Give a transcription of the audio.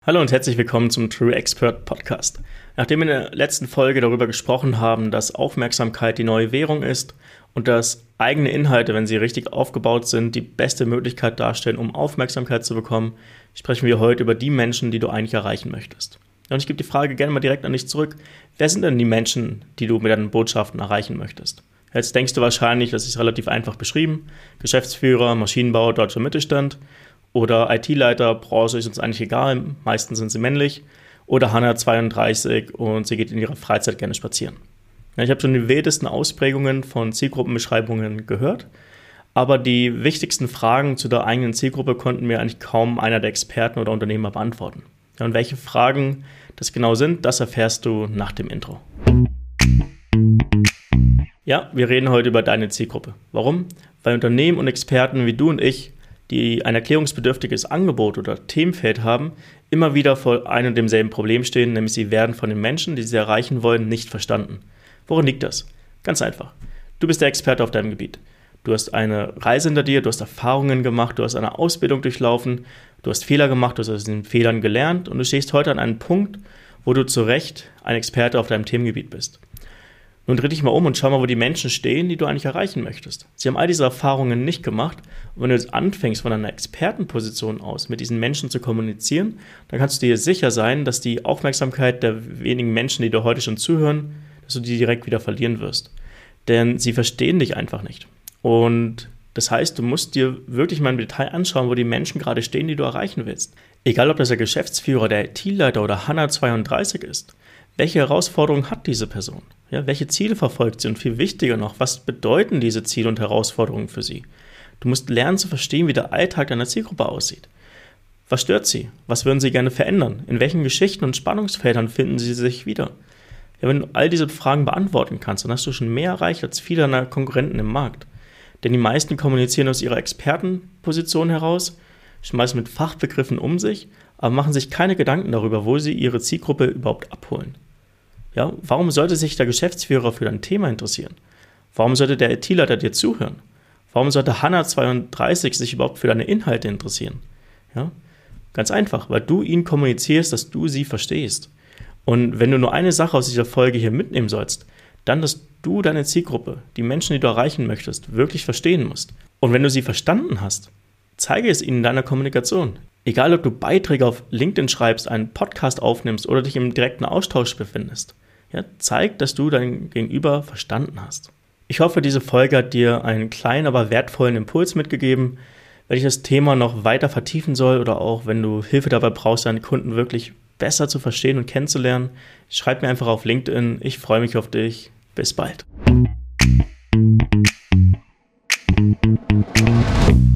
Hallo und herzlich willkommen zum True Expert Podcast. Nachdem wir in der letzten Folge darüber gesprochen haben, dass Aufmerksamkeit die neue Währung ist und dass eigene Inhalte, wenn sie richtig aufgebaut sind, die beste Möglichkeit darstellen, um Aufmerksamkeit zu bekommen, sprechen wir heute über die Menschen, die du eigentlich erreichen möchtest. Und ich gebe die Frage gerne mal direkt an dich zurück. Wer sind denn die Menschen, die du mit deinen Botschaften erreichen möchtest? Jetzt denkst du wahrscheinlich, das ist relativ einfach beschrieben. Geschäftsführer, Maschinenbau, deutscher Mittelstand. Oder IT-Leiter, Branche ist uns eigentlich egal, meistens sind sie männlich. Oder Hannah 32 und sie geht in ihrer Freizeit gerne spazieren. Ja, ich habe schon die wildesten Ausprägungen von Zielgruppenbeschreibungen gehört, aber die wichtigsten Fragen zu der eigenen Zielgruppe konnten mir eigentlich kaum einer der Experten oder Unternehmer beantworten. Ja, und welche Fragen das genau sind, das erfährst du nach dem Intro. Ja, wir reden heute über deine Zielgruppe. Warum? Weil Unternehmen und Experten wie du und ich, die ein erklärungsbedürftiges Angebot oder Themenfeld haben, immer wieder vor einem und demselben Problem stehen, nämlich sie werden von den Menschen, die sie erreichen wollen, nicht verstanden. Worin liegt das? Ganz einfach. Du bist der Experte auf deinem Gebiet. Du hast eine Reise hinter dir, du hast Erfahrungen gemacht, du hast eine Ausbildung durchlaufen, du hast Fehler gemacht, du hast aus den Fehlern gelernt und du stehst heute an einem Punkt, wo du zu Recht ein Experte auf deinem Themengebiet bist. Nun dreh dich mal um und schau mal, wo die Menschen stehen, die du eigentlich erreichen möchtest. Sie haben all diese Erfahrungen nicht gemacht. Und wenn du jetzt anfängst, von einer Expertenposition aus mit diesen Menschen zu kommunizieren, dann kannst du dir sicher sein, dass die Aufmerksamkeit der wenigen Menschen, die dir heute schon zuhören, dass du die direkt wieder verlieren wirst. Denn sie verstehen dich einfach nicht. Und das heißt, du musst dir wirklich mal im Detail anschauen, wo die Menschen gerade stehen, die du erreichen willst. Egal, ob das der Geschäftsführer, der IT-Leiter oder Hannah 32 ist. Welche Herausforderungen hat diese Person? Ja, welche Ziele verfolgt sie? Und viel wichtiger noch, was bedeuten diese Ziele und Herausforderungen für sie? Du musst lernen zu verstehen, wie der Alltag deiner Zielgruppe aussieht. Was stört sie? Was würden sie gerne verändern? In welchen Geschichten und Spannungsfeldern finden sie sich wieder? Ja, wenn du all diese Fragen beantworten kannst, dann hast du schon mehr erreicht als viele deiner Konkurrenten im Markt. Denn die meisten kommunizieren aus ihrer Expertenposition heraus, schmeißen mit Fachbegriffen um sich, aber machen sich keine Gedanken darüber, wo sie ihre Zielgruppe überhaupt abholen. Ja, warum sollte sich der Geschäftsführer für dein Thema interessieren? Warum sollte der IT-Leiter dir zuhören? Warum sollte Hannah 32 sich überhaupt für deine Inhalte interessieren? Ja, ganz einfach, weil du ihnen kommunizierst, dass du sie verstehst. Und wenn du nur eine Sache aus dieser Folge hier mitnehmen sollst, dann, dass du deine Zielgruppe, die Menschen, die du erreichen möchtest, wirklich verstehen musst. Und wenn du sie verstanden hast, zeige es ihnen in deiner Kommunikation. Egal, ob du Beiträge auf LinkedIn schreibst, einen Podcast aufnimmst oder dich im direkten Austausch befindest. Ja, zeig, dass du dein Gegenüber verstanden hast. Ich hoffe, diese Folge hat dir einen kleinen, aber wertvollen Impuls mitgegeben. Wenn ich das Thema noch weiter vertiefen soll oder auch wenn du Hilfe dabei brauchst, deine Kunden wirklich besser zu verstehen und kennenzulernen, schreib mir einfach auf LinkedIn. Ich freue mich auf dich. Bis bald.